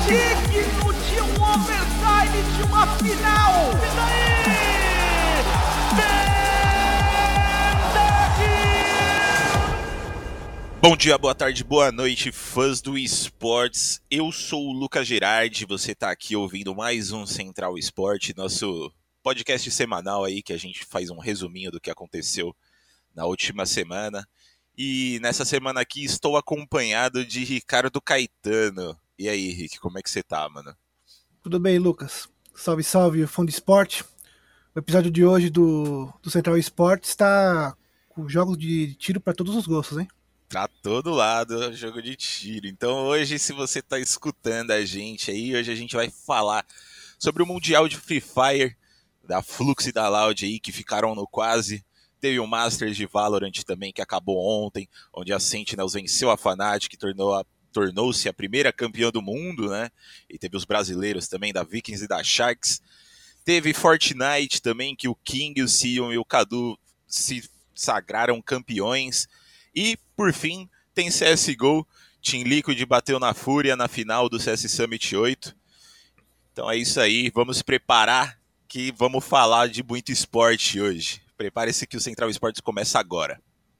digno de um overtime, de uma final. E daí? Bom dia, boa tarde, boa noite, fãs do esportes. Eu sou o Lucas Gerardi, você está aqui ouvindo mais um Central Esporte, nosso podcast semanal aí que a gente faz um resuminho do que aconteceu na última semana. E nessa semana aqui estou acompanhado de Ricardo Caetano. E aí, Rick, como é que você tá, mano? Tudo bem, Lucas? Salve, salve, fã do esporte. O episódio de hoje do Central Esportes está com jogos de tiro para todos os gostos, hein? Pra todo lado, jogo de tiro. Então hoje, se você tá escutando a gente aí, hoje a gente vai falar sobre o Mundial de Free Fire, da Flux e da Loud aí, que ficaram no quase. Teve o Masters de Valorant também, que acabou ontem, onde a Sentinels venceu a Fnatic, que tornou-se a primeira campeã do mundo, né? E teve os brasileiros também, da Vikings e da Sharks. Teve Fortnite também, que o King, o Sion e o Cadu se sagraram campeões. E, por fim, tem CSGO. Team Liquid bateu na Fúria na final do CS Summit 8. Então é isso aí, vamos preparar que vamos falar de muito esporte hoje. Prepare-se que o Central Esportes começa agora.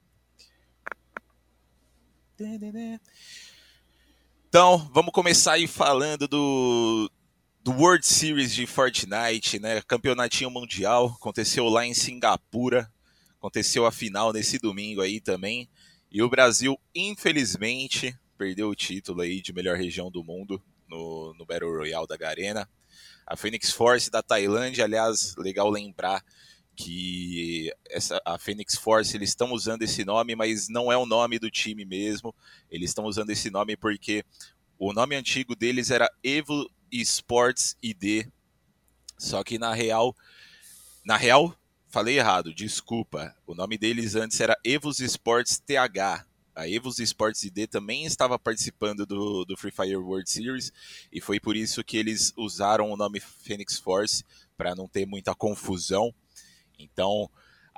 Então, vamos começar aí falando do World Series de Fortnite, né? Campeonatinho mundial, aconteceu lá em Singapura, aconteceu a final nesse domingo aí também. E o Brasil, infelizmente, perdeu o título aí de melhor região do mundo no Battle Royale da Garena. A Phoenix Force da Tailândia, aliás, legal lembrar que a Phoenix Force, eles estão usando esse nome, mas não é o nome do time mesmo. Eles estão usando esse nome porque o nome antigo deles era Evo Sports ID. Só que na real, falei errado, desculpa. O nome deles antes era Evos Sports TH. A Evos Sports ID também estava participando do Free Fire World Series e foi por isso que eles usaram o nome Phoenix Force, para não ter muita confusão. Então,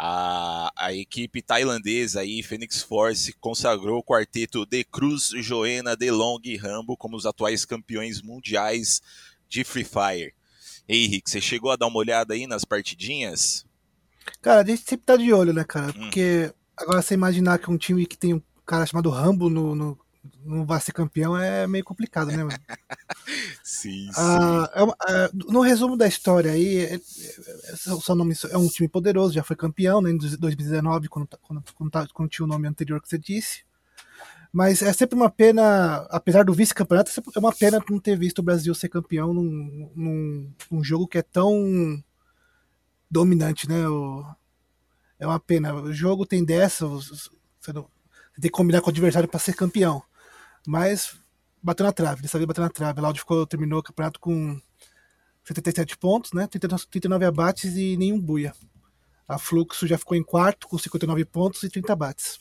a equipe tailandesa aí, Phoenix Force, consagrou o quarteto De Cruz, Joena, De Long e Rambo como os atuais campeões mundiais de Free Fire. Ei, Rick, você chegou a dar uma olhada aí nas partidinhas? Cara, a gente sempre tá de olho, né, cara? Porque agora você imaginar que um time que tem um cara chamado Rambo não vai ser campeão é meio complicado, né, mano? Sim, sim. No resumo da história aí, só nome, é um time poderoso, já foi campeão, né, em 2019, quando tinha o nome anterior que você disse. Mas é sempre uma pena, apesar do vice-campeonato, é uma pena não ter visto o Brasil ser campeão num jogo que é tão dominante, né? É uma pena. O jogo tem dessa, você tem que combinar com o adversário para ser campeão. Mas bateu na trave, dessa vez bateu na trave. A Loud terminou o campeonato com 77 pontos, né? 39 abates e nenhum buia. A Fluxo já ficou em quarto com 59 pontos e 30 abates.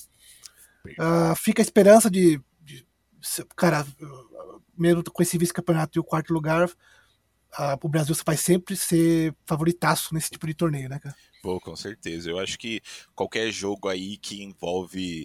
Fica a esperança cara, mesmo com esse vice-campeonato e o quarto lugar, o Brasil vai sempre ser favoritaço nesse tipo de torneio, né, cara? Pô, com certeza. Eu acho que qualquer jogo aí que envolve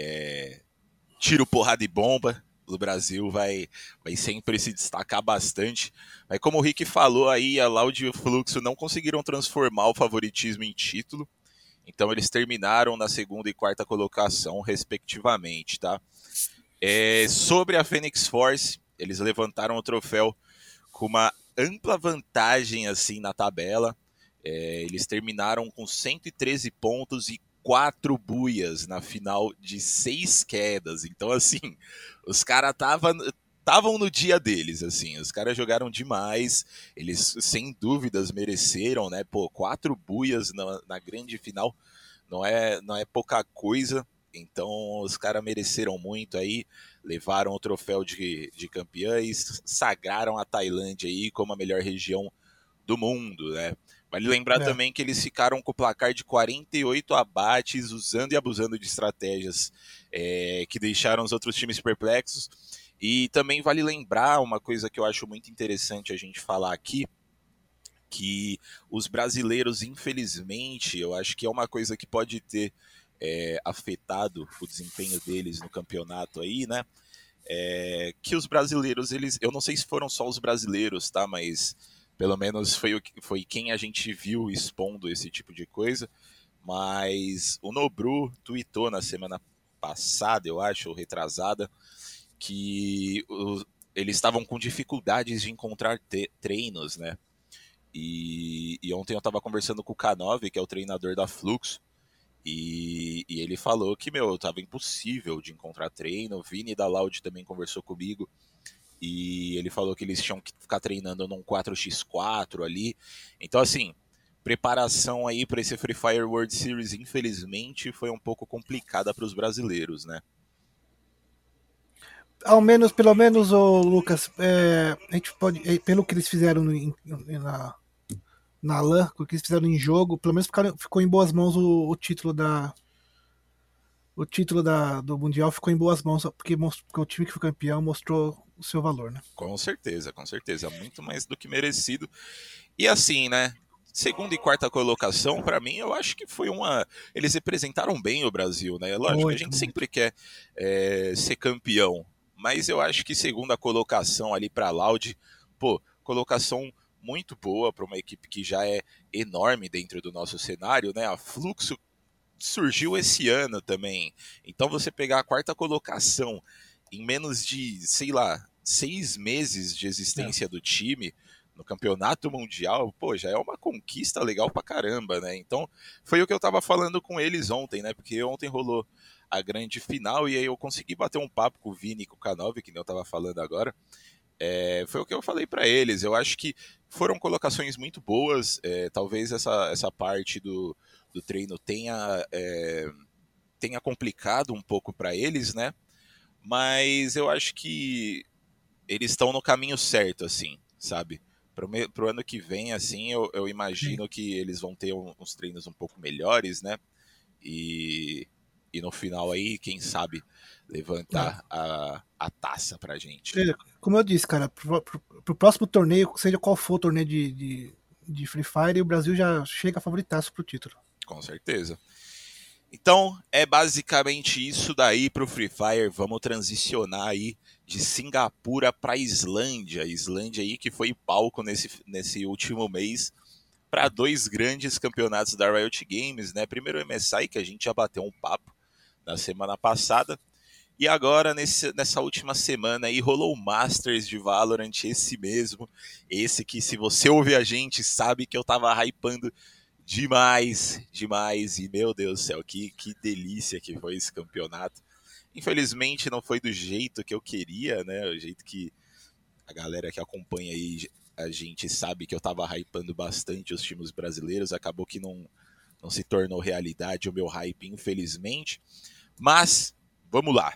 tiro, porrada e bomba, o Brasil vai sempre se destacar bastante. Mas como o Rick falou aí, a Loud e o Fluxo não conseguiram transformar o favoritismo em título. Então eles terminaram na segunda e quarta colocação, respectivamente, tá? Sobre a Phoenix Force, eles levantaram o troféu com uma ampla vantagem assim na tabela. Eles terminaram com 113 pontos e 4 buias na final de 6 quedas. Então, assim, os caras estavam no dia deles, assim. Os caras jogaram demais. Eles, sem dúvidas, mereceram, né? Pô, 4 buias na grande final não é pouca coisa. Então, os caras mereceram muito aí. Levaram o troféu de campeões, sagraram a Tailândia aí como a melhor região do mundo, né? Vale lembrar também que eles ficaram com o placar de 48 abates, usando e abusando de estratégias que deixaram os outros times perplexos. E também vale lembrar uma coisa que eu acho muito interessante a gente falar aqui, que os brasileiros, infelizmente, eu acho que é uma coisa que pode ter afetado o desempenho deles no campeonato aí, né? que os brasileiros, eu não sei se foram só os brasileiros, tá? Mas pelo menos foi quem a gente viu expondo esse tipo de coisa. Mas o Nobru tweetou na semana passada, eu acho, ou retrasada, que eles estavam com dificuldades de encontrar treinos, né? E ontem eu estava conversando com o K9, que é o treinador da Fluxo, e ele falou que, tava impossível de encontrar treino. O Vini da Loud também conversou comigo, e ele falou que eles tinham que ficar treinando num 4x4 ali. Então, assim, preparação aí para esse Free Fire World Series, infelizmente, foi um pouco complicada para os brasileiros, né? Pelo menos, o Lucas, a gente pode, pelo que eles fizeram na LAN, o que eles fizeram em jogo, pelo menos ficou em boas mãos o título do Mundial ficou em boas mãos, porque o time que foi campeão mostrou o seu valor, né? Com certeza, muito mais do que merecido. E assim, né? Segunda e quarta colocação, para mim, eu acho que foi eles representaram bem o Brasil, né? Lógico, a gente sempre quer ser campeão, mas eu acho que segunda colocação ali para a Loud, colocação muito boa para uma equipe que já é enorme dentro do nosso cenário, né? A Fluxo surgiu esse ano também. Então você pegar a quarta colocação em menos de, sei lá, 6 meses de existência do time no campeonato mundial, já é uma conquista legal pra caramba, né? Então foi o que eu tava falando com eles ontem, né? Porque ontem rolou a grande final e aí eu consegui bater um papo com o Vini e com o K9, que nem eu tava falando agora. Foi o que eu falei para eles. Eu acho que foram colocações muito boas. Talvez essa parte do treino tenha complicado um pouco para eles, né? Mas eu acho que eles estão no caminho certo, assim, sabe? Pro ano que vem, assim, eu imagino que eles vão ter uns treinos um pouco melhores, né? E no final aí, quem sabe, levantar a taça pra gente. Como eu disse, cara, pro próximo torneio, seja qual for o torneio de Free Fire, o Brasil já chega favoritaço pro título. Com certeza. Então, é basicamente isso daí pro Free Fire. Vamos transicionar aí de Singapura para Islândia. Islândia aí que foi palco nesse último mês para 2 grandes campeonatos da Riot Games, né? Primeiro o MSI, que a gente já bateu um papo na semana passada. E agora, nessa última semana aí, rolou o Masters de Valorant, esse mesmo. Esse que, se você ouvir a gente, sabe que eu tava hypando demais. E, meu Deus do céu, que delícia que foi esse campeonato. Infelizmente, não foi do jeito que eu queria, né? O jeito que a galera que acompanha aí, a gente sabe que eu tava hypando bastante os times brasileiros. Acabou que não se tornou realidade o meu hype, infelizmente. Mas, vamos lá.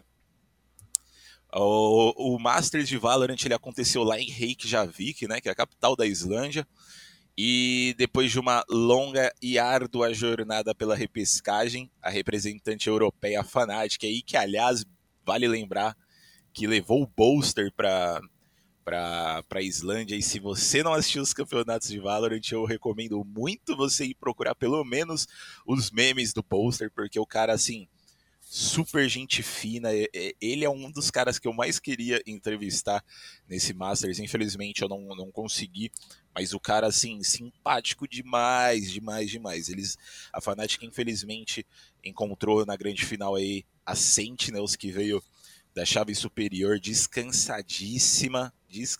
O Masters de Valorant ele aconteceu lá em Reykjavik, né, que é a capital da Islândia, e depois de uma longa e árdua jornada pela repescagem, a representante europeia Fnatic, aí, que aliás vale lembrar que levou o Bolster para a Islândia, e se você não assistiu os campeonatos de Valorant, eu recomendo muito você ir procurar pelo menos os memes do Bolster, porque o cara, assim, super gente fina, ele é um dos caras que eu mais queria entrevistar nesse Masters. Infelizmente eu não consegui, mas o cara, assim, simpático demais. A Fnatic infelizmente encontrou na grande final aí a Sentinels, que veio da chave superior descansadíssima,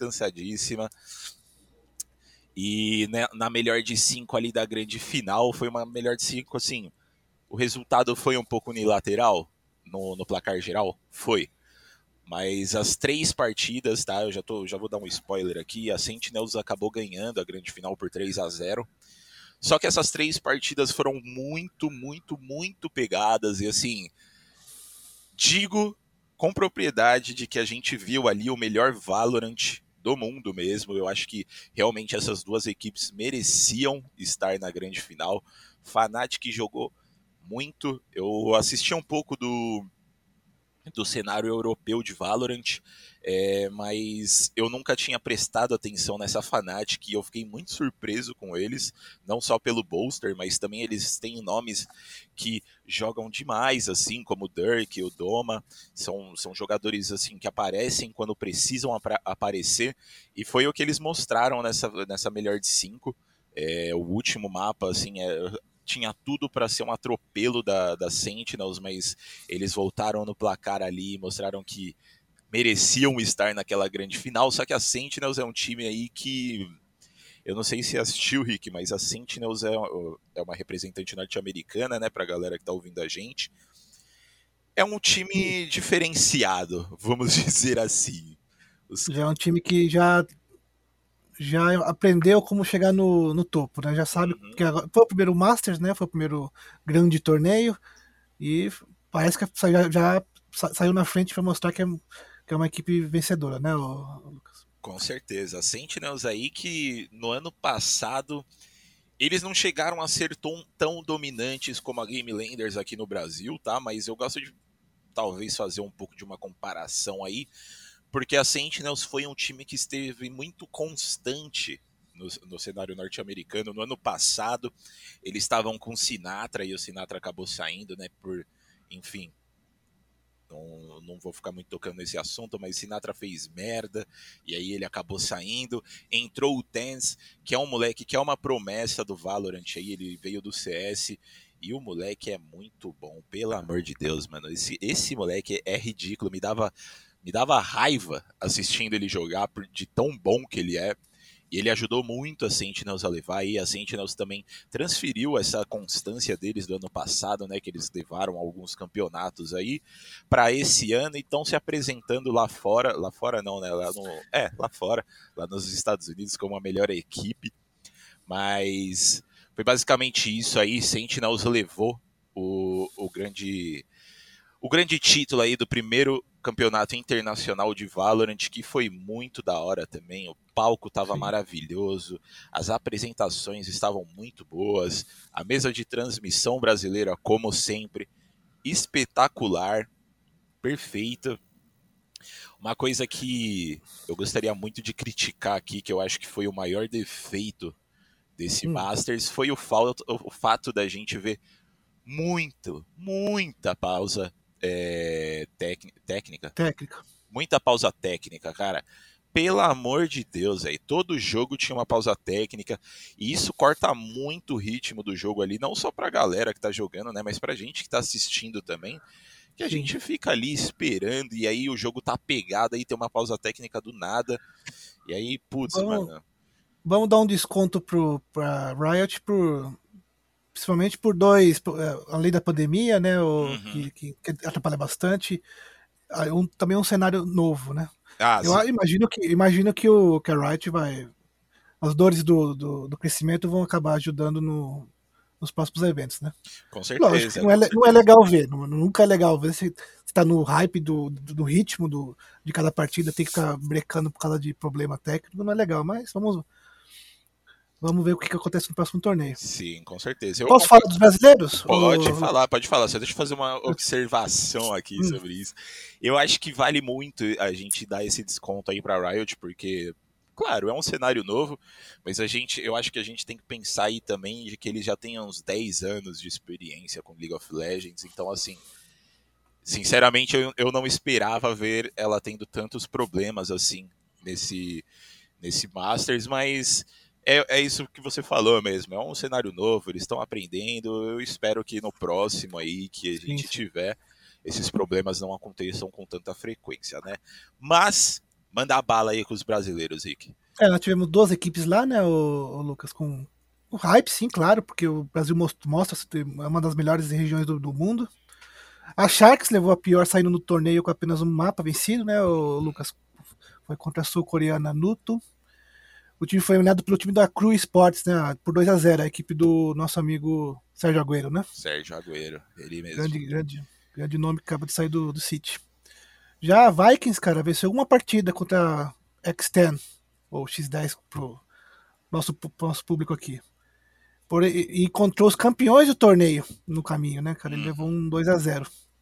e né, na melhor de 5 ali da grande final, foi uma melhor de 5, assim. O resultado foi um pouco unilateral no placar geral? Foi. Mas as 3 partidas, tá? Eu já vou dar um spoiler aqui. A Sentinels acabou ganhando a grande final por 3-0. Só que essas 3 partidas foram muito pegadas. E assim, digo com propriedade de que a gente viu ali o melhor Valorant do mundo mesmo. Eu acho que realmente essas 2 equipes mereciam estar na grande final. Fnatic jogou muito. Eu assisti um pouco do cenário europeu de Valorant, mas eu nunca tinha prestado atenção nessa Fnatic e eu fiquei muito surpreso com eles, não só pelo bolster, mas também eles têm nomes que jogam demais, assim, como o Dirk, o Doma, são jogadores assim que aparecem quando precisam aparecer, e foi o que eles mostraram nessa melhor de 5. O último mapa, assim, tinha tudo para ser um atropelo da Sentinels, mas eles voltaram no placar ali e mostraram que mereciam estar naquela grande final. Só que a Sentinels é um time aí que eu não sei se assistiu, Rick, mas a Sentinels é uma representante norte-americana, né, pra galera que tá ouvindo a gente. É um time diferenciado, vamos dizer assim. Já é um time que já aprendeu como chegar no topo, né? Já sabe que agora, foi o primeiro Masters, né? Foi o primeiro grande torneio e parece que já saiu na frente para mostrar que é uma equipe vencedora, né, Lucas? Com certeza. A Sentinels aí que no ano passado eles não chegaram a ser tão dominantes como a Game Landers aqui no Brasil, tá? Mas eu gosto de talvez fazer um pouco de uma comparação aí, porque a Sentinels foi um time que esteve muito constante no cenário norte-americano. No ano passado, eles estavam com o Sinatra e o Sinatra acabou saindo, né? Enfim, não vou ficar muito tocando nesse assunto, mas Sinatra fez merda e aí ele acabou saindo. Entrou o Dance, que é um moleque que é uma promessa do Valorant aí, ele veio do CS. E o moleque é muito bom, pelo amor de Deus, mano. Esse moleque é ridículo, me dava raiva assistindo ele jogar de tão bom que ele é. E ele ajudou muito a Sentinels a levar, e a Sentinels também transferiu essa constância deles do ano passado, né, que eles levaram alguns campeonatos aí, para esse ano, e estão se apresentando lá fora não, né, lá fora, lá nos Estados Unidos como a melhor equipe. Mas foi basicamente isso aí. Sentinels levou o grande título aí do primeiro campeonato internacional de Valorant, que foi muito da hora também. O palco estava maravilhoso, as apresentações estavam muito boas, a mesa de transmissão brasileira, como sempre, espetacular, perfeita. Uma coisa que eu gostaria muito de criticar aqui, que eu acho que foi o maior defeito desse Masters, foi o fato da gente ver muita pausa técnica. Muita pausa técnica, cara. Pelo amor de Deus, aí. Todo jogo tinha uma pausa técnica. E isso corta muito o ritmo do jogo ali. Não só pra galera que tá jogando, né? Mas pra gente que tá assistindo também. Que a gente fica ali esperando. E aí o jogo tá pegado. Aí tem uma pausa técnica do nada. E aí, putz, mano. Vamos dar um desconto pra Riot principalmente por além da pandemia, né, que atrapalha bastante, também um cenário novo, né? Eu imagino que a Riot as dores do crescimento vão acabar ajudando nos próximos eventos, né? Com certeza. Lógico que não é legal ver, nunca é legal ver se tá no hype do ritmo de cada partida, tem que ficar brecando por causa de problema técnico, não é legal, mas vamos ver o que acontece no próximo torneio. Sim, com certeza. Posso falar dos brasileiros? Pode falar. Só deixa eu fazer uma observação aqui sobre isso. Eu acho que vale muito a gente dar esse desconto aí pra Riot, porque, claro, é um cenário novo, mas eu acho que a gente tem que pensar aí também de que eles já têm uns 10 anos de experiência com League of Legends, então, assim, sinceramente, eu não esperava ver ela tendo tantos problemas, assim, nesse Masters, mas é isso que você falou mesmo, é um cenário novo, eles estão aprendendo, eu espero que no próximo aí que a gente tiver, esses problemas não aconteçam com tanta frequência, né? Mas, manda a bala aí com os brasileiros, Rick. Nós tivemos 2 equipes lá, né, o Lucas, com o hype, sim, claro, porque o Brasil mostra ser uma das melhores regiões do mundo. A Sharks levou a pior saindo no torneio com apenas um mapa vencido, né, o Lucas? Foi contra a sul-coreana Nuto. O time foi eliminado pelo time da Crew Sports, né, por 2-0, a equipe do nosso amigo Sérgio Agüero, né? Sérgio Agüero, ele mesmo. Grande nome que acaba de sair do City. Já a Vikings, cara, venceu uma partida contra a X10, ou X10 pro nosso público aqui. E encontrou os campeões do torneio no caminho, né, cara? Ele levou um 2-0.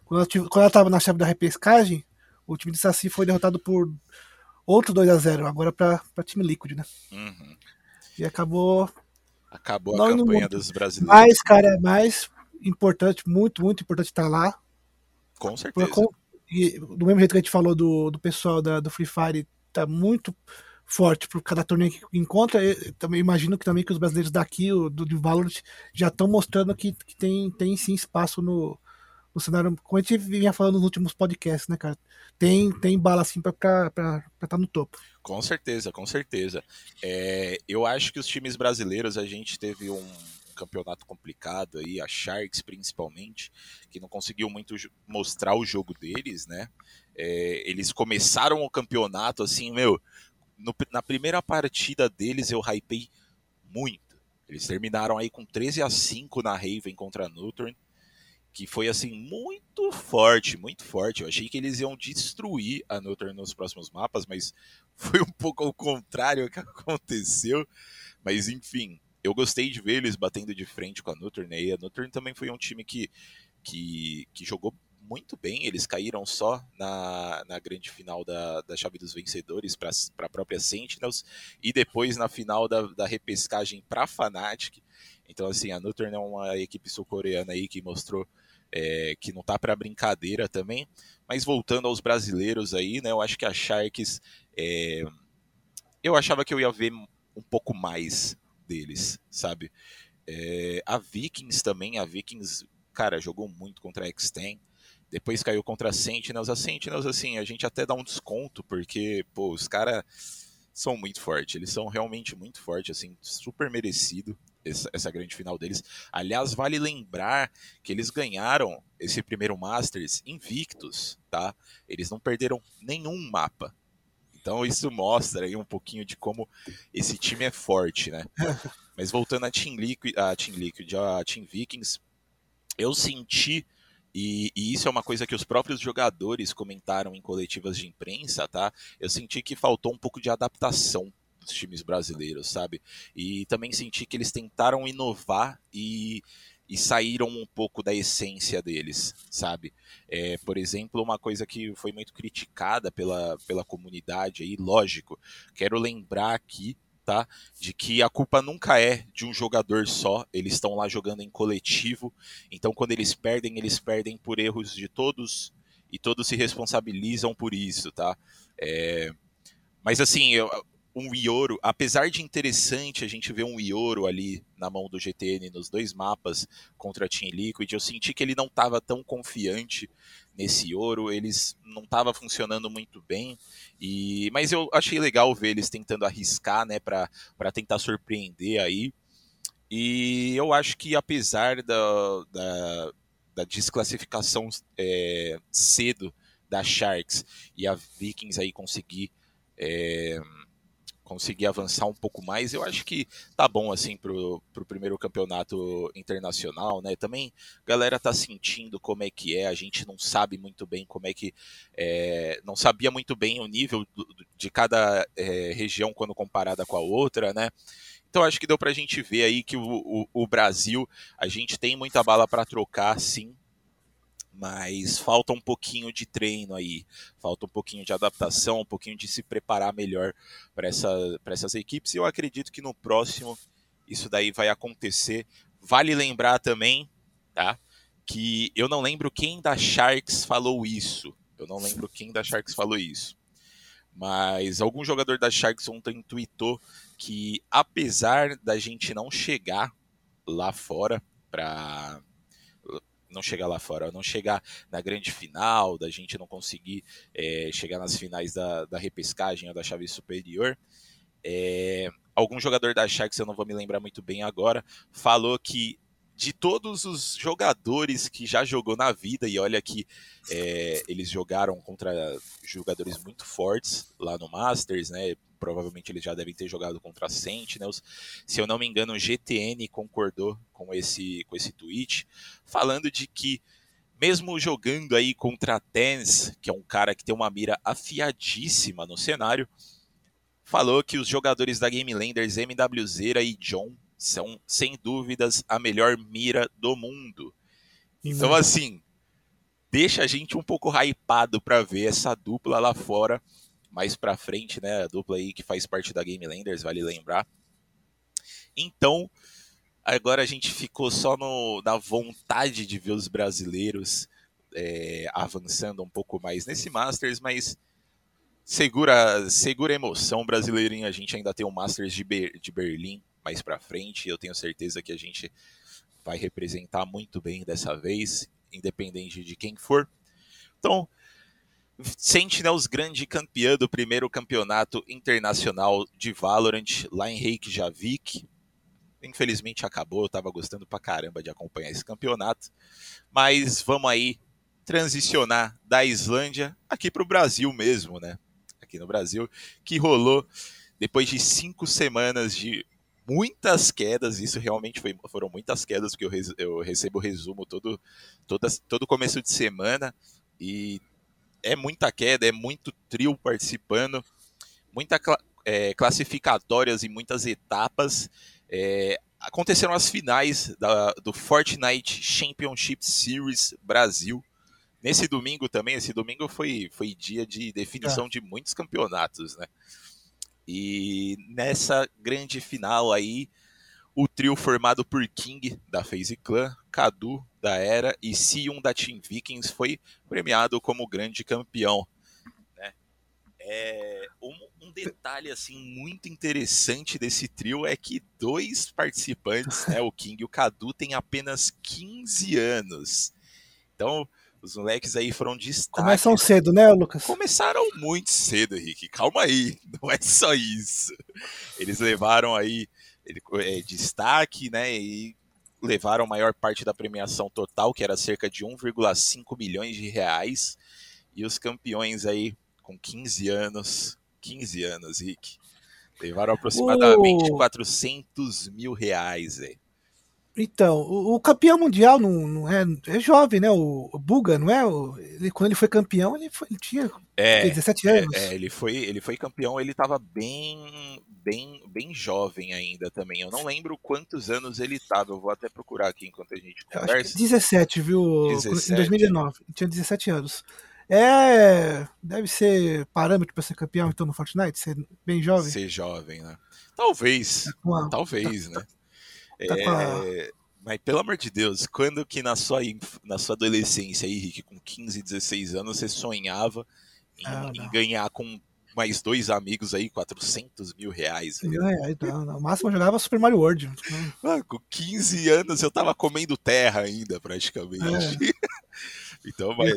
Quando ela tava na chave da repescagem, o time de Saci foi derrotado por outro 2-0, agora pra time Liquid, né? Uhum. E acabou Acabou a não indo campanha muito. dos brasileiros. Mas, cara, é mais importante, muito, muito importante estar lá. Com certeza. E do mesmo jeito que a gente falou do pessoal do Free Fire, tá muito forte por cada torneio que encontra. Eu também imagino que também que os brasileiros daqui, do Valorant, já estão mostrando que tem sim espaço no cenário, como a gente vinha falando nos últimos podcasts, né, cara? Tem bala assim pra estar no topo. Com certeza, com certeza. Eu acho que os times brasileiros, a gente teve um campeonato complicado aí, a Sharks principalmente, que não conseguiu muito mostrar o jogo deles, né? Eles começaram o campeonato assim, na primeira partida deles eu hypei muito. Eles terminaram aí com 13-5 na Raven contra a Nutrn, que foi assim muito forte, muito forte. Eu achei que eles iam destruir a Nutrn nos próximos mapas, mas foi um pouco ao contrário que aconteceu. Mas enfim, eu gostei de ver eles batendo de frente com a Nutrn. E a Nutrn também foi um time que jogou muito bem. Eles caíram só na grande final da chave dos vencedores para a própria Sentinels e depois na final da repescagem para a Fnatic. Então, assim, a Nutrn é uma equipe sul-coreana aí que mostrou que não tá para brincadeira também. Mas voltando aos brasileiros aí, né? Eu acho que a Sharks, eu achava que eu ia ver um pouco mais deles, sabe? A Vikings também, a Vikings, cara, jogou muito contra a X-Ten. Depois caiu contra a Sentinels. A Sentinels, assim, a gente até dá um desconto, porque, pô, os caras são muito fortes. Eles são realmente muito fortes, assim, super merecido essa grande final deles. Aliás, vale lembrar que eles ganharam esse primeiro Masters invictos, tá? Eles não perderam nenhum mapa. Então isso mostra aí um pouquinho de como esse time é forte, né? Mas voltando a Team Liquid, a Team Vikings, eu senti, e isso é uma coisa que os próprios jogadores comentaram em coletivas de imprensa, tá? Eu senti que faltou um pouco de adaptação dos times brasileiros, sabe? E também senti que eles tentaram inovar e saíram um pouco da essência deles, sabe? Por exemplo, uma coisa que foi muito criticada pela comunidade aí, lógico, quero lembrar aqui, tá? De que a culpa nunca é de um jogador só, eles estão lá jogando em coletivo, então quando eles perdem por erros de todos e todos se responsabilizam por isso, tá? Mas assim, um Ioro, apesar de interessante a gente ver um Ioro ali na mão do GTN nos dois mapas contra a Team Liquid, eu senti que ele não estava tão confiante nesse Ioro, eles não estava funcionando muito bem, mas eu achei legal ver eles tentando arriscar, né, para tentar surpreender aí. E eu acho que apesar da desclassificação cedo da Sharks e a Vikings aí conseguir avançar um pouco mais, eu acho que tá bom assim pro primeiro campeonato internacional, né? Também a galera tá sentindo como é que é, a gente não sabe muito bem como é que não sabia muito bem o nível de cada região quando comparada com a outra, né? Então acho que deu pra gente ver aí que o Brasil, a gente tem muita bala para trocar, sim, mas falta um pouquinho de treino aí, falta um pouquinho de adaptação, um pouquinho de se preparar melhor para essas equipes, e eu acredito que no próximo isso daí vai acontecer. Vale lembrar também, tá, que eu não lembro quem da Sharks falou isso, mas algum jogador da Sharks ontem tweetou que apesar da gente não chegar lá fora não chegar na grande final, da gente não conseguir chegar nas finais da repescagem ou da chave superior. Algum jogador da Sharks, eu não vou me lembrar muito bem agora, falou que de todos os jogadores que já jogou na vida, e olha que eles jogaram contra jogadores muito fortes lá no Masters, né? Provavelmente eles já devem ter jogado contra a Sentinels. Se eu não me engano, o GTN concordou com esse tweet, falando de que mesmo jogando aí contra a Tens, que é um cara que tem uma mira afiadíssima no cenário, falou que os jogadores da Game Landers, MWZera e John, são, sem dúvidas, a melhor mira do mundo. Então, assim, deixa a gente um pouco hypado para ver essa dupla lá fora, mais pra frente, né? A dupla aí que faz parte da Game Landers, vale lembrar. Então, agora a gente ficou só na vontade de ver os brasileiros avançando um pouco mais nesse Masters, mas segura a emoção brasileirinho. A gente ainda tem o Masters de Berlim mais pra frente, e eu tenho certeza que a gente vai representar muito bem dessa vez, independente de quem for. Então, Sentinels grande campeã do primeiro campeonato internacional de Valorant lá em Reykjavik. Infelizmente acabou, eu tava gostando pra caramba de acompanhar esse campeonato. Mas vamos aí transicionar da Islândia aqui pro Brasil mesmo, né? Aqui no Brasil, que rolou depois de 5 semanas de muitas quedas. Isso realmente foram muitas quedas, porque eu recebo resumo todo começo de semana, e é muita queda, é muito trio participando, muita classificatórias e muitas etapas. Aconteceram as finais do Fortnite Championship Series Brasil. Nesse domingo também, esse domingo foi dia de definição de muitos campeonatos, né? E nessa grande final aí, o trio formado por King, da FaZe Clan, Cadu, da Era, e Sion, da Team Vikings, foi premiado como grande campeão, né? Um detalhe assim, muito interessante desse trio é que 2 participantes, né, o King e o Cadu, têm apenas 15 anos. Então, os moleques aí foram destaques. Começam cedo, né, Lucas? Começaram muito cedo, Henrique. Calma aí, não é só isso. Eles levaram aí destaque, né, e levaram a maior parte da premiação total, que era cerca de 1,5 milhões de reais. E os campeões aí com 15 anos, Rick, levaram aproximadamente 400 mil reais, velho. Então, o campeão mundial não é jovem, né? O Buga, não é? Quando ele foi campeão, ele tinha 17 anos. Ele foi campeão, ele estava bem jovem ainda também. Eu não lembro quantos anos ele estava, eu vou até procurar aqui enquanto a gente conversa. Acho que 17, viu? 17. Em 2019, ele tinha 17 anos. Deve ser parâmetro para ser campeão, então, no Fortnite, ser bem jovem. Ser jovem, né? Talvez, né? Mas pelo amor de Deus, quando que na sua adolescência aí, Rick, com 15, 16 anos, você sonhava em ganhar com mais 2 amigos aí 400 mil reais? No máximo eu jogava Super Mario World. Com 15 anos eu tava comendo terra ainda, praticamente. Então, mas...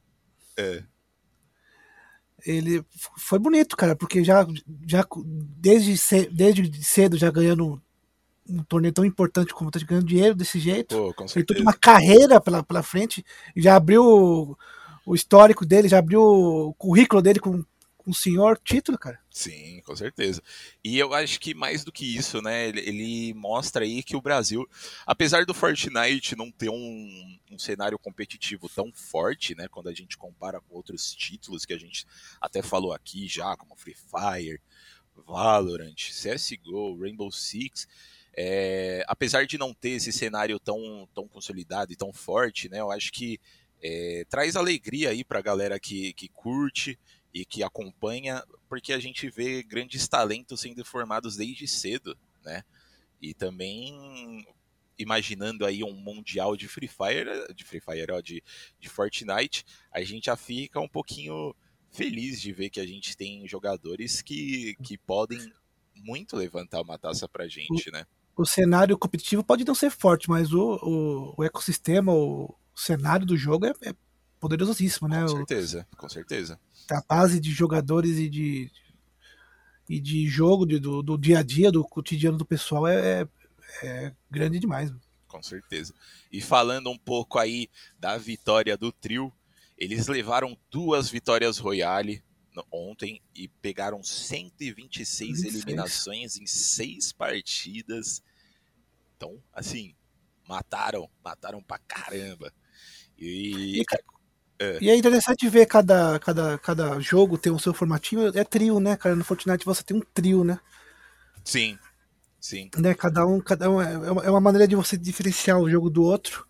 Ele foi bonito, cara, porque já desde cedo já ganhando um torneio tão importante como tá ganhando dinheiro desse jeito. Pô, com certeza. Tem toda uma carreira pela frente, já abriu o histórico dele, já abriu o currículo dele com o senhor título, cara. Sim, com certeza. E eu acho que mais do que isso, né, ele mostra aí que o Brasil, apesar do Fortnite não ter um cenário competitivo tão forte, né, quando a gente compara com outros títulos que a gente até falou aqui já, como Free Fire, Valorant, CSGO, Rainbow Six, apesar de não ter esse cenário tão consolidado e tão forte, né, eu acho que traz alegria aí pra galera que curte e que acompanha, porque a gente vê grandes talentos sendo formados desde cedo, né? E também imaginando aí um mundial de Free Fire, de Fortnite, a gente já fica um pouquinho feliz de ver que a gente tem jogadores que podem muito levantar uma taça pra gente, né? O cenário competitivo pode não ser forte, mas o ecossistema, o cenário do jogo é poderosíssimo, né? Com certeza. A base de jogadores e de jogo, do dia a dia, do cotidiano do pessoal é grande demais. Com certeza. E falando um pouco aí da vitória do trio, eles levaram 2 vitórias Royale ontem e pegaram 126 eliminações em 6 partidas. Então, assim, mataram pra caramba. E é interessante ver cada jogo ter o seu formatinho. É trio, né, cara? No Fortnite você tem um trio, né? Sim. Né? Cada um é uma maneira de você diferenciar o jogo do outro.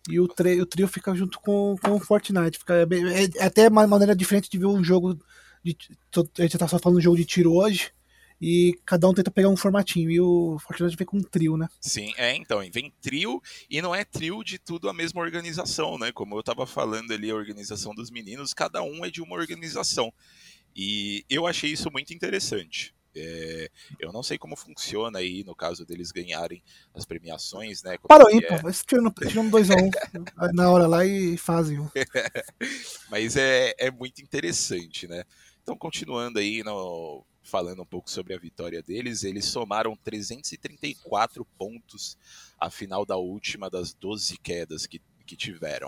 E o trio fica junto com o Fortnite. É até uma maneira diferente de ver um jogo. A gente tá só falando de jogo de tiro hoje. E cada um tenta pegar um formatinho. E o Fortnite vem com um trio, né? Sim, então, e vem trio, e não é trio de tudo a mesma organização, né? Como eu tava falando ali, a organização dos meninos, cada um é de uma organização. E eu achei isso muito interessante. Eu não sei como funciona aí, no caso deles ganharem as premiações, né? Como Parou que ímpar. Vai tirando 2x1 na hora lá e fazem. Mas é muito interessante, né? Então, continuando aí, falando um pouco sobre a vitória deles, eles somaram 334 pontos à final da última das 12 quedas que tiveram.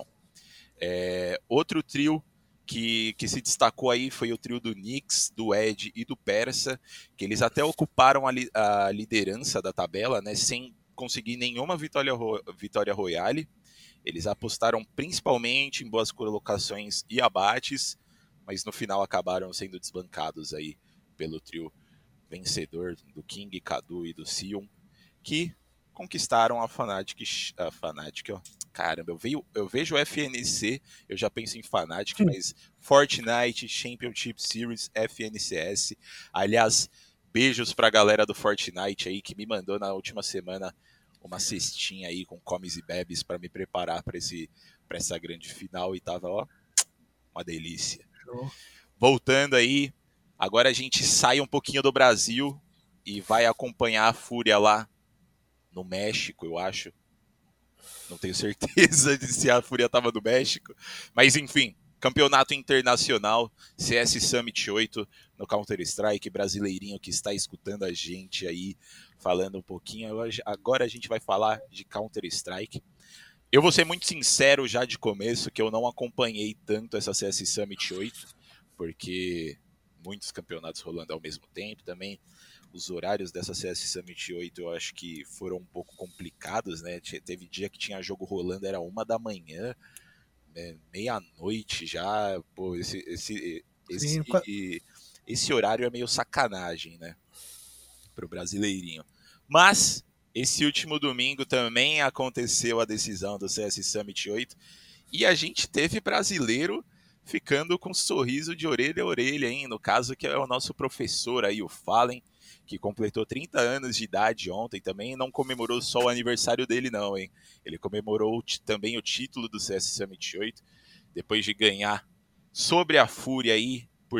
Outro trio que se destacou aí foi o trio do Knicks, do Ed e do Persa, que eles até ocuparam a liderança da tabela, né, sem conseguir nenhuma vitória royale. Eles apostaram principalmente em boas colocações e abates, mas no final acabaram sendo desbancados aí pelo trio vencedor do King, Cadu e do Sion, que conquistaram a Fnatic. Ó. Caramba, eu vejo o FNC, eu já penso em Fnatic, mas Fortnite, Championship Series, FNCS. Aliás, beijos pra galera do Fortnite aí que me mandou na última semana uma cestinha aí com comes e bebes para me preparar para essa grande final e tava, ó, uma delícia. Voltando aí, agora a gente sai um pouquinho do Brasil e vai acompanhar a Fúria lá no México, eu acho. Não tenho certeza de se a Fúria tava no México, mas enfim, campeonato internacional, CS Summit 8 no Counter-Strike, brasileirinho que está escutando a gente aí, falando um pouquinho. Agora a gente vai falar de Counter-Strike. Eu vou ser muito sincero já de começo que eu não acompanhei tanto essa CS Summit 8, porque muitos campeonatos rolando ao mesmo tempo também. Os horários dessa CS Summit 8 eu acho que foram um pouco complicados, né? Teve dia que tinha jogo rolando, era 1 da manhã, né? Meia-noite já. Pô, Sim, esse horário é meio sacanagem, né? Pro brasileirinho. Mas esse último domingo também aconteceu a decisão do CS Summit 8 e a gente teve brasileiro ficando com um sorriso de orelha a orelha, hein? No caso que é o nosso professor aí, o Fallen, que completou 30 anos de idade ontem também, não comemorou só o aniversário dele não, hein? Ele comemorou também o título do CS Summit 8, depois de ganhar sobre a Fúria aí por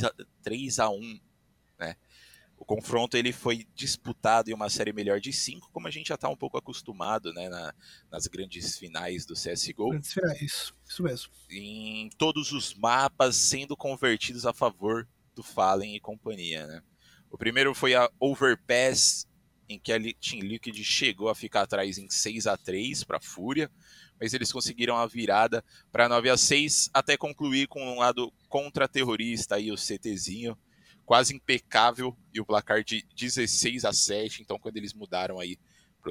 3-1, né? O confronto ele foi disputado em uma série melhor de 5, como a gente já está um pouco acostumado, né, nas grandes finais do CSGO. Isso mesmo. Em todos os mapas sendo convertidos a favor do Fallen e companhia, né? O primeiro foi a Overpass, em que a Team Liquid chegou a ficar atrás em 6-3 para a Fúria, mas eles conseguiram a virada para 9-6, até concluir com um lado contra-terrorista aí, o CTzinho, quase impecável, e o placar de 16-7, então quando eles mudaram aí pro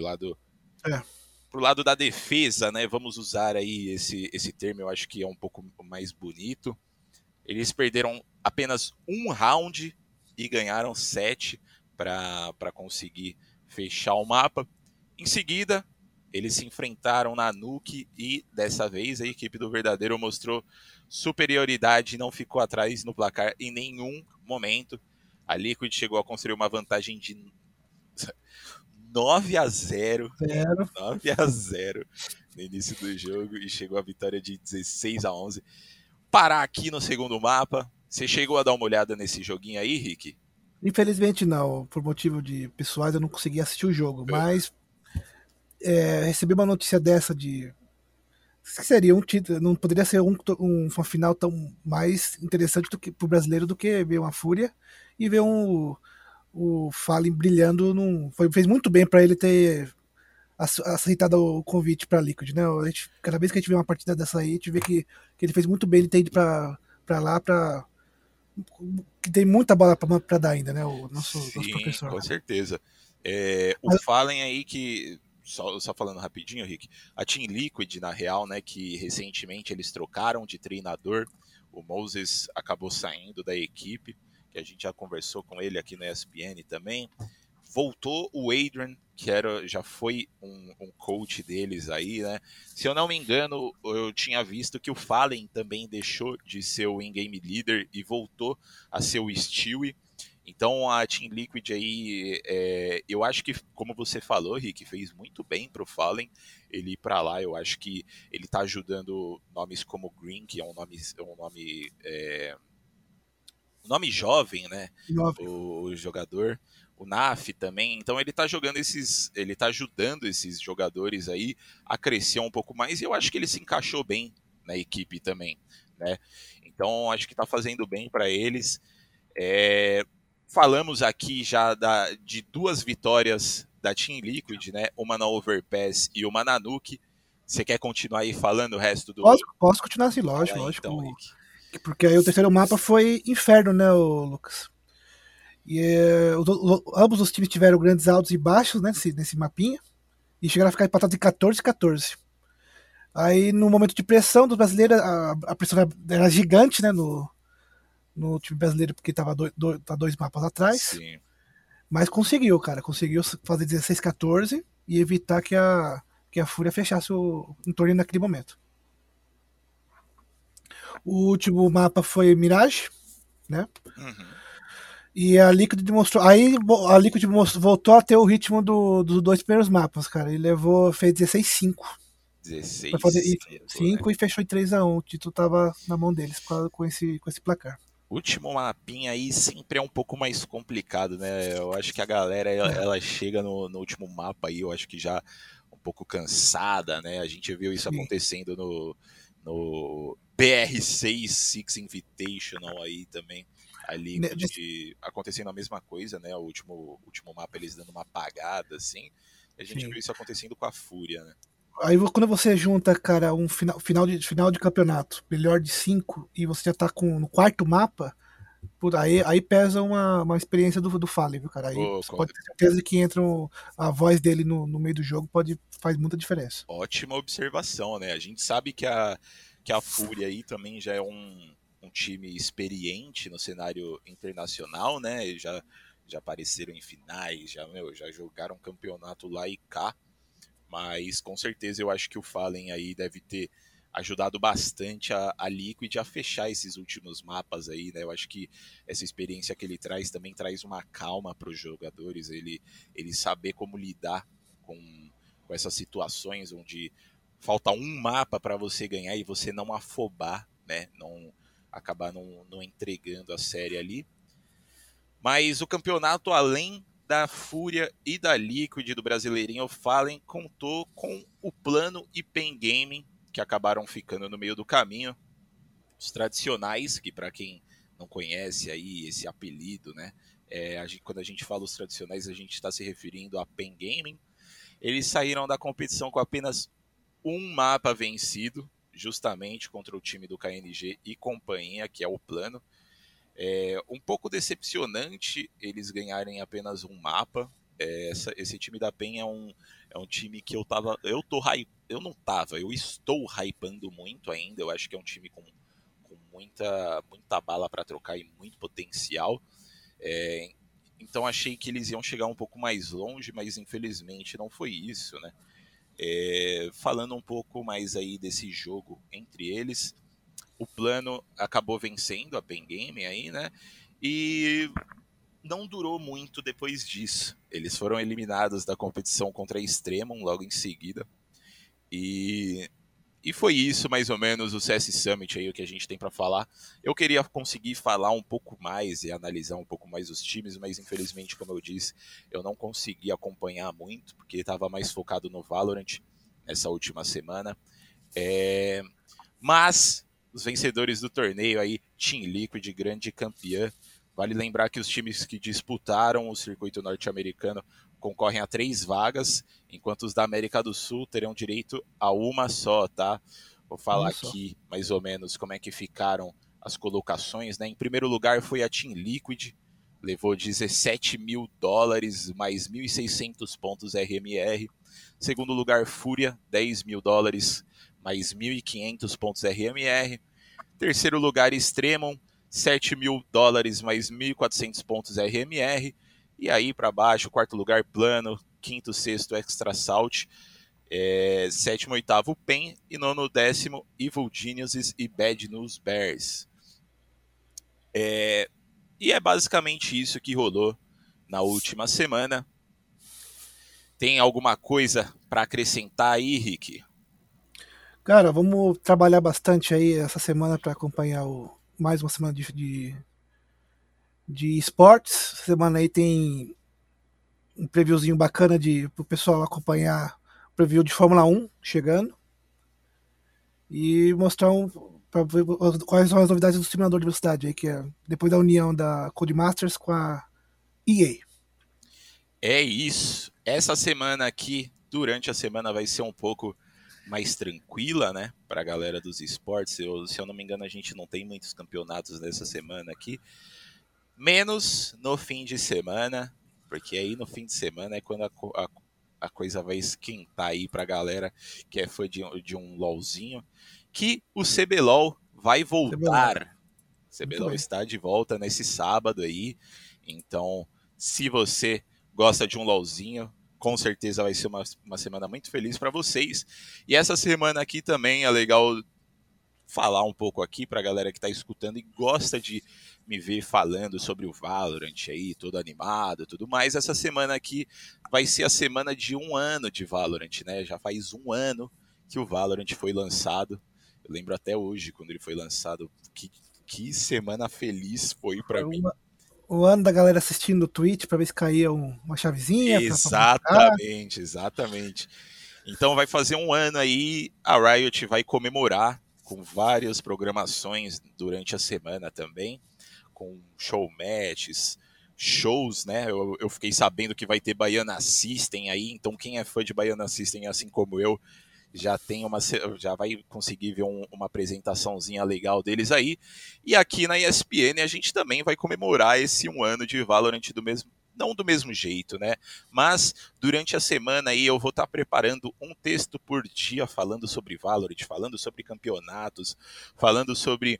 lado da defesa, né, vamos usar aí esse termo, eu acho que é um pouco mais bonito, eles perderam apenas um round e ganharam 7 para conseguir fechar o mapa. Em seguida, eles se enfrentaram na Nuke e dessa vez a equipe do Verdadeiro mostrou superioridade e não ficou atrás no placar em nenhum momento. A Liquid chegou a construir uma vantagem de 9-0 no início do jogo e chegou a vitória de 16-11. Parar aqui no segundo mapa. Você chegou a dar uma olhada nesse joguinho aí, Rick? Infelizmente não, por motivo de pessoais eu não consegui assistir o jogo, mas recebi uma notícia dessa de que seria um título, não poderia ser uma final tão mais interessante do que pro brasileiro do que ver uma Fúria e ver o Fallen brilhando. Fez muito bem para ele ter aceitado o convite para Liquid, né? Cada vez que a gente vê uma partida dessa aí, a gente vê que ele fez muito bem ele ter ido para lá que tem muita bola para dar ainda, né? O nosso professor. Com certeza. O Fallen aí que só falando rapidinho, Rick, a Team Liquid, na real, né, que recentemente eles trocaram de treinador, o Moses acabou saindo da equipe, que a gente já conversou com ele aqui na ESPN também, voltou o Adrian, que já foi um coach deles aí, né? Se eu não me engano, eu tinha visto que o Fallen também deixou de ser o in-game leader e voltou a ser o Stewie. Então a Team Liquid aí, eu acho que, como você falou, Rick, fez muito bem pro Fallen ele ir pra lá. Eu acho que ele tá ajudando nomes como Green, que é um nome jovem, né? O jogador, o Naf também. Então ele tá ajudando esses jogadores aí a crescer um pouco mais, e eu acho que ele se encaixou bem na equipe também, né? Então acho que tá fazendo bem para eles. Falamos aqui já de 2 vitórias da Team Liquid, né? Uma na Overpass e uma na Nuke. Você quer continuar aí falando o resto do... Posso continuar assim, lógico, aí, lógico. então, Rick. Porque aí o terceiro mapa foi Inferno, né, Lucas? E ambos os times tiveram grandes altos e baixos, né, nesse mapinha. E chegaram a ficar empatados em 14-14. Aí, no momento de pressão dos brasileiros, a pressão era gigante, né, no time brasileiro, porque estava 2 mapas atrás. Sim. Mas conseguiu, cara. Conseguiu fazer 16-14 e evitar que a Fúria fechasse o torneio naquele momento. O último mapa foi Mirage, né? Uhum. E a Liquid demonstrou. Aí a Liquid voltou a ter o ritmo dos 2 primeiros mapas, cara. Ele fez 16-5. 16-5, e fechou em 3-1. O título tava na mão deles com esse placar. O último mapinha aí sempre é um pouco mais complicado, né? Eu acho que a galera ela chega no último mapa aí, eu acho que já um pouco cansada, né? A gente viu isso acontecendo no BR6 Six Invitational aí também. Ali acontecendo a mesma coisa, né? O último mapa eles dando uma apagada, assim. A gente viu isso acontecendo com a Fúria, né? Aí quando você junta, cara, um final de campeonato, melhor de 5, e você já tá no 4º mapa, aí pesa uma experiência do Fallen, viu, cara? Aí você pode ter certeza que a voz dele no meio do jogo faz muita diferença. Ótima observação, né? A gente sabe que a Fúria aí também já é um time experiente no cenário internacional, né? Já apareceram em finais, já jogaram campeonato lá e cá. Mas com certeza eu acho que o Fallen aí deve ter ajudado bastante a Liquid a fechar esses últimos mapas aí, né? Eu acho que essa experiência que ele traz também traz uma calma para os jogadores, ele saber como lidar com essas situações onde falta um mapa para você ganhar e você não afobar, né? Não acabar não entregando a série ali. Mas o campeonato, além da Fúria e da Liquid do Brasileirinho Fallen, contou com o Plano e Pen Gaming, que acabaram ficando no meio do caminho. Os tradicionais, que para quem não conhece aí esse apelido, né? Quando a gente fala os tradicionais, a gente está se referindo a Pen Gaming. Eles saíram da competição com apenas um mapa vencido, justamente contra o time do KNG e companhia, que é o Plano. Um pouco decepcionante eles ganharem apenas um mapa. Esse time da PEN é um time que eu estou hypando muito ainda. Eu acho que é um time com muita bala para trocar e muito potencial. Então achei que eles iam chegar um pouco mais longe, mas infelizmente não foi isso, né? Falando um pouco mais aí desse jogo entre eles, o Plano acabou vencendo a Pen Game aí, né? E não durou muito depois disso. Eles foram eliminados da competição contra a Extremum logo em seguida. E foi isso, mais ou menos, o CS Summit aí, o que a gente tem para falar. Eu queria conseguir falar um pouco mais e analisar um pouco mais os times, mas infelizmente, como eu disse, eu não consegui acompanhar muito, porque estava mais focado no Valorant nessa última semana. Mas os vencedores do torneio aí, Team Liquid, grande campeã. Vale lembrar que os times que disputaram o circuito norte-americano concorrem a 3 vagas, enquanto os da América do Sul terão direito a uma só, tá? Vou falar aqui mais ou menos como é que ficaram as colocações, né? Em primeiro lugar foi a Team Liquid, levou $17 mil, mais 1.600 pontos RMR. Segundo lugar, Fúria, $10 mil, mais 1.500 pontos RMR. Terceiro lugar, Extremum, $7 mil, mais 1.400 pontos RMR. E aí para baixo, quarto lugar plano, quinto, sexto Extra Salt, sétimo, oitavo PEN e nono, décimo Evil Geniuses e Bad News Bears. E é basicamente isso que rolou na última semana. Tem alguma coisa para acrescentar aí, Rick? Cara, vamos trabalhar bastante aí essa semana para acompanhar mais uma semana de esportes. Essa semana aí tem um previewzinho bacana pro pessoal acompanhar o preview de Fórmula 1 chegando. E mostrar para ver quais são as novidades do simulador de velocidade aí, que é depois da união da Codemasters com a EA. É isso. Essa semana aqui, durante a semana, vai ser um pouco mais tranquila, né, para a galera dos esportes. Se eu não me engano, a gente não tem muitos campeonatos nessa semana aqui, menos no fim de semana, porque aí no fim de semana é quando a coisa vai esquentar aí para a galera que é fã de um LOLzinho, que o CBLOL vai voltar. O CBLOL está de volta nesse sábado aí, então se você gosta de um LOLzinho, com certeza vai ser uma semana muito feliz para vocês. E essa semana aqui também é legal falar um pouco aqui para a galera que está escutando e gosta de me ver falando sobre o Valorant aí, todo animado e tudo mais. Essa semana aqui vai ser a semana de 1 ano de Valorant, né? Já faz 1 ano que o Valorant foi lançado. Eu lembro até hoje, quando ele foi lançado, que semana feliz foi para mim. O ano da galera assistindo o Twitch para ver se caía uma chavezinha. Exatamente. Então vai fazer 1 ano aí, a Riot vai comemorar com várias programações durante a semana também, com show matches, shows, né? Eu fiquei sabendo que vai ter Baiana System aí, então quem é fã de Baiana System, assim como eu, já vai conseguir ver uma apresentaçãozinha legal deles aí. E aqui na ESPN a gente também vai comemorar esse 1 ano de Valorant não do mesmo jeito, né? Mas durante a semana aí eu vou estar preparando um texto por dia falando sobre Valorant, falando sobre campeonatos, falando sobre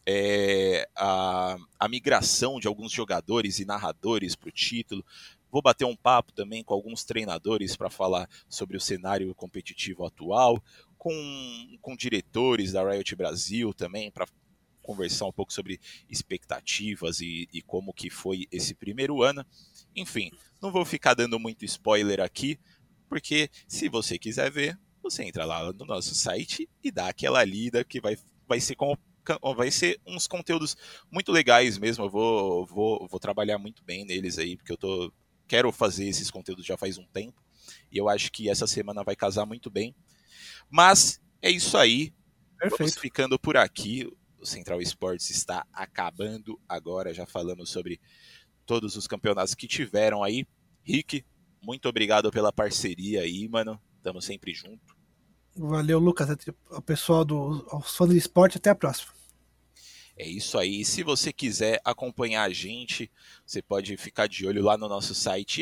a migração de alguns jogadores e narradores para o título. Vou bater um papo também com alguns treinadores para falar sobre o cenário competitivo atual, com diretores da Riot Brasil também, para conversar um pouco sobre expectativas e como que foi esse primeiro ano. Enfim, não vou ficar dando muito spoiler aqui, porque se você quiser ver, você entra lá no nosso site e dá aquela lida que vai ser uns conteúdos muito legais mesmo. Eu vou trabalhar muito bem neles aí, porque quero fazer esses conteúdos já faz um tempo, e eu acho que essa semana vai casar muito bem. Mas é isso aí. Perfeito. Vamos ficando por aqui. O Central Esportes está acabando agora. Já falamos sobre todos os campeonatos que tiveram aí. Rick, muito obrigado pela parceria aí, mano. Estamos sempre junto. Valeu, Lucas. O pessoal aos fãs do esporte, até a próxima. É isso aí. Se você quiser acompanhar a gente, você pode ficar de olho lá no nosso site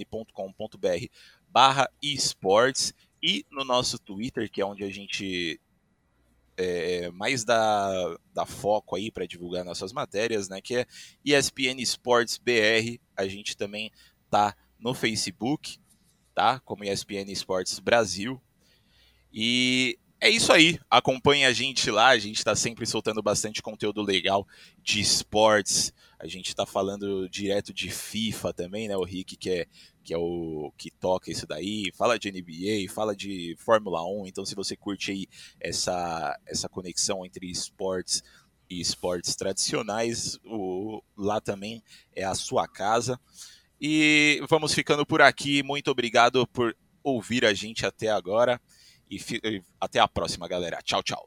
espn.com.br/esportes e no nosso Twitter, que é onde a gente mais dá foco aí para divulgar nossas matérias, né? Que é ESPN Esportes BR. A gente também tá no Facebook, tá? Como ESPN Esportes Brasil. E é isso aí, acompanhe a gente lá, a gente está sempre soltando bastante conteúdo legal de esportes, a gente está falando direto de FIFA também, né, o Rick que é o que toca isso daí, fala de NBA, fala de Fórmula 1, então se você curte aí essa conexão entre esportes e esportes tradicionais, lá também é a sua casa. E vamos ficando por aqui, muito obrigado por ouvir a gente até agora. E até a próxima, galera. Tchau, tchau.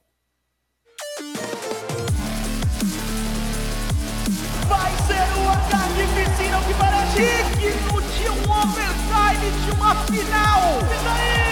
Vai ser uma carnificina que parece digno de um overtime de uma final. E daí?